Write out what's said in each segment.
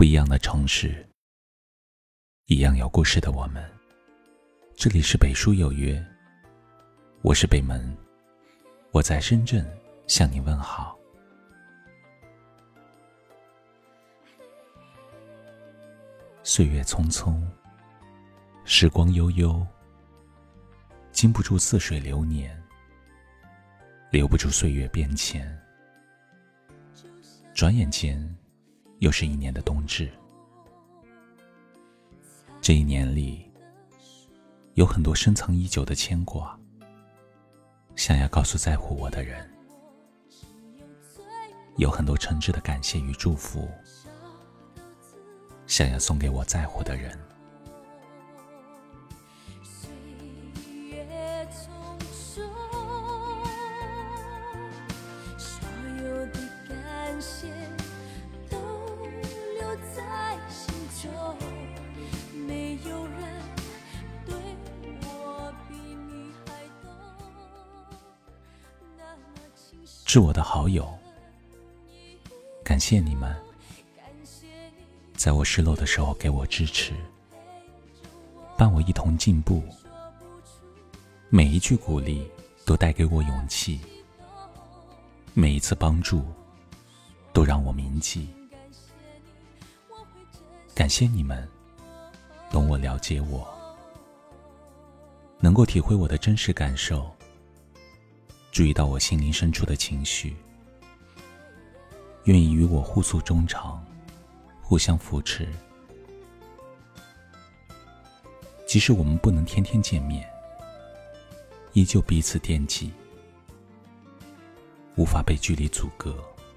不一样的城市，一样有故事的我们。这里是北书有约，我是北门，我在深圳向你问好。岁月匆匆，时光悠悠，经不住似水流年，留不住岁月变迁。转眼间又是一年的冬至。这一年里，有很多深藏已久的牵挂，想要告诉在乎我的人，有很多诚挚的感谢与祝福，想要送给我在乎的人。致我的好友，感谢你们在我失落的时候给我支持，伴我一同进步。每一句鼓励都带给我勇气，每一次帮助都让我铭记。感谢你们懂我了解我，能够体会我的真实感受，注意到我心灵深处的情绪，愿意与我互诉衷肠，互相扶持。即使我们不能天天见面，依旧彼此惦记，无法被距离阻隔。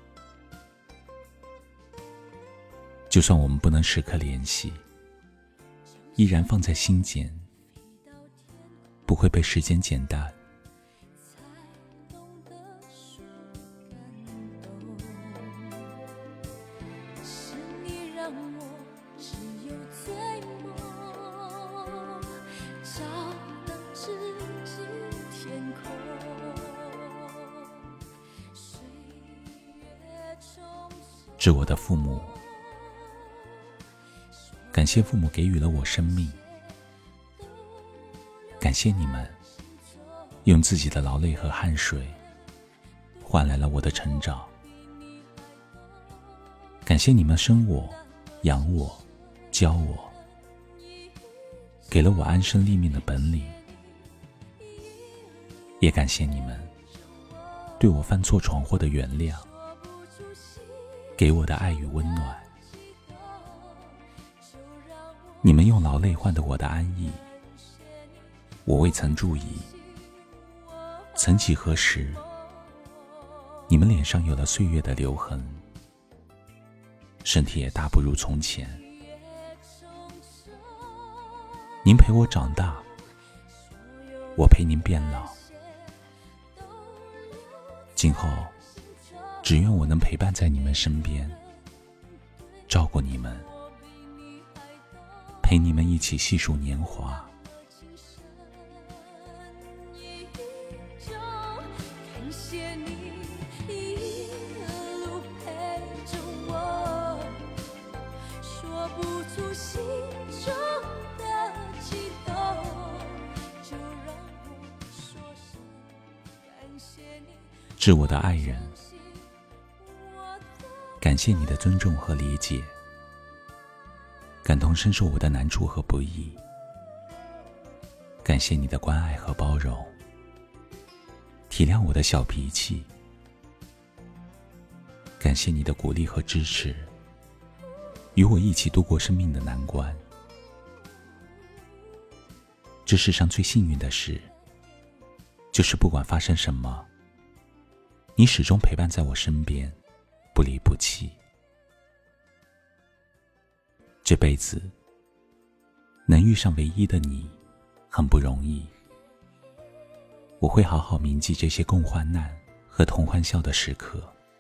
就算我们不能时刻联系，依然放在心间，不会被时间减淡。致我的父母，感谢父母给予了我生命，感谢你们用自己的劳累和汗水换来了我的成长，感谢你们生我、养我、教我，给了我安身立命的本领，也感谢你们对我犯错闯祸的原谅，给我的爱与温暖。你们用劳累换得我的安逸，我未曾注意。曾几何时，你们脸上有了岁月的留痕，身体也大不如从前。您陪我长大，我陪您变老。今后只愿我能陪伴在你们身边，照顾你们，陪你们一起细数年华。致我的爱人，感谢你的尊重和理解，感同身受我的难处和不易，感谢你的关爱和包容，体谅我的小脾气，感谢你的鼓励和支持，与我一起度过生命的难关。这世上最幸运的事，就是不管发生什么，你始终陪伴在我身边，不离不弃。这辈子能遇上唯一的你，很不容易。我会好好铭记这些共患难和同欢笑的时刻，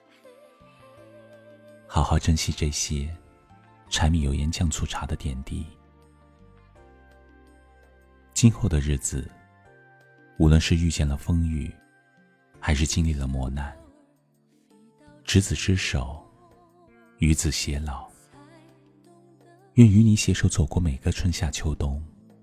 好好珍惜这些柴米油盐酱醋茶的点滴。今后的日子，无论是遇见了风雨，还是经历了磨难，执子之手，与子偕老， 愿与你携手走过每个春夏秋冬。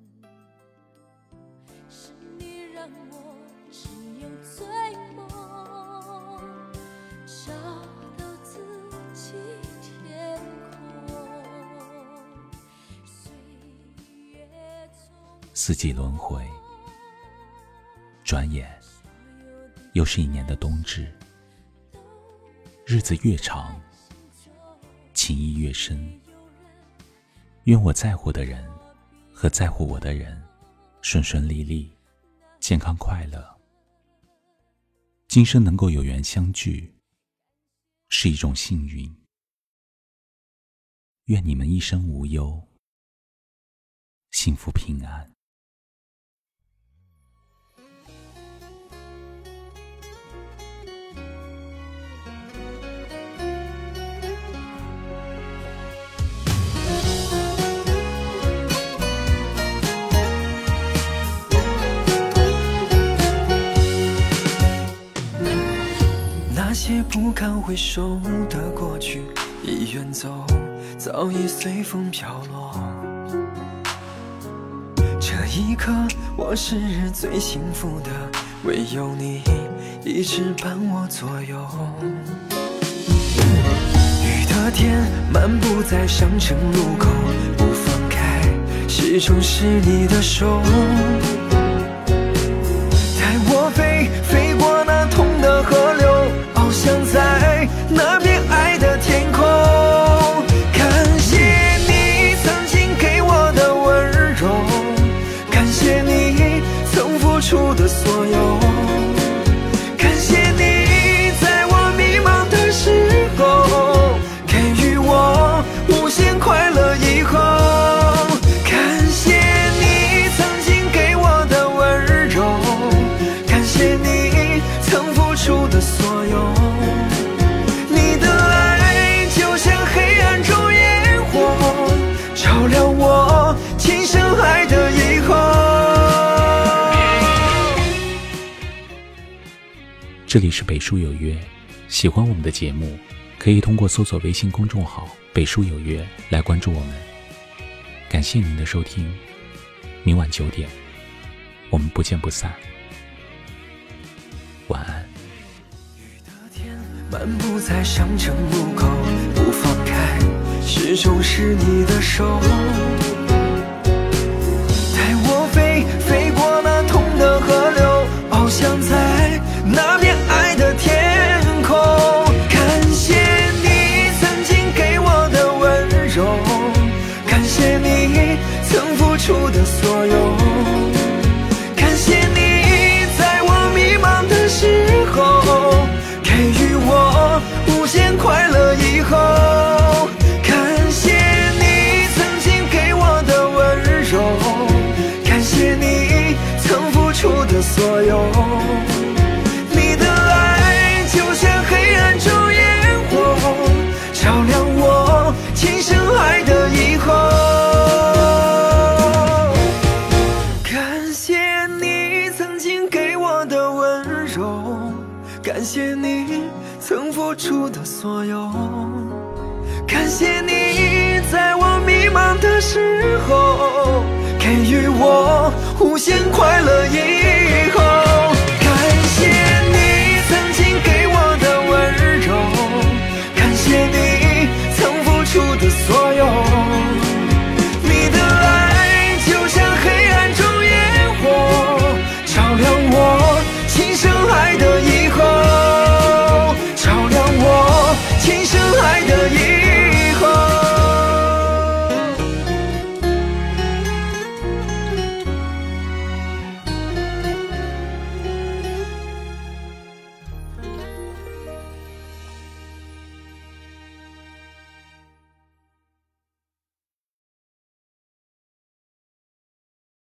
是你让我只有醉梦，找到自己天空。岁月四季轮回，转眼又是一年的冬至。日子越长，情谊越深。愿我在乎的人和在乎我的人顺顺利利，健康快乐。今生能够有缘相聚，是一种幸运。愿你们一生无忧，幸福平安。 那些不堪回首的过去已远走，早已随风飘落。这一刻我是最幸福的，唯有你一直伴我左右。雨的天漫步在上城路口，不放开，始终是你的手。带我飞过那痛的河流，翱翔在那片爱的天空。感谢你曾经给我的温柔，感谢你曾付出的所有，感谢你在我迷茫的时候给予我无限快乐以后。感谢你曾经给我的温柔，感谢你曾付出的所有。你的爱就像黑暗中烟火，照亮我今生爱的以后。 这里是北书有约，喜欢我们的节目，可以通过搜索微信公众号北书有约来关注我们。感谢您的收听，明晚9点我们不见不散。晚安。 漫步在上城路口，不放开，始终是你的手。带我飞过那痛的河流，翱翔在那片爱的天空。感谢你曾经给我的温柔，感谢你曾付出的所有，感谢你在我迷茫的时候给予我无限快乐以后。感谢你曾经给我的温柔，感谢你曾付出的所有。你的爱就像黑暗中烟火，照亮我今生爱的以后。感谢你曾经给我的温柔，感谢你曾付出的所有，感谢你在我迷茫的时候给予我无限快乐以后。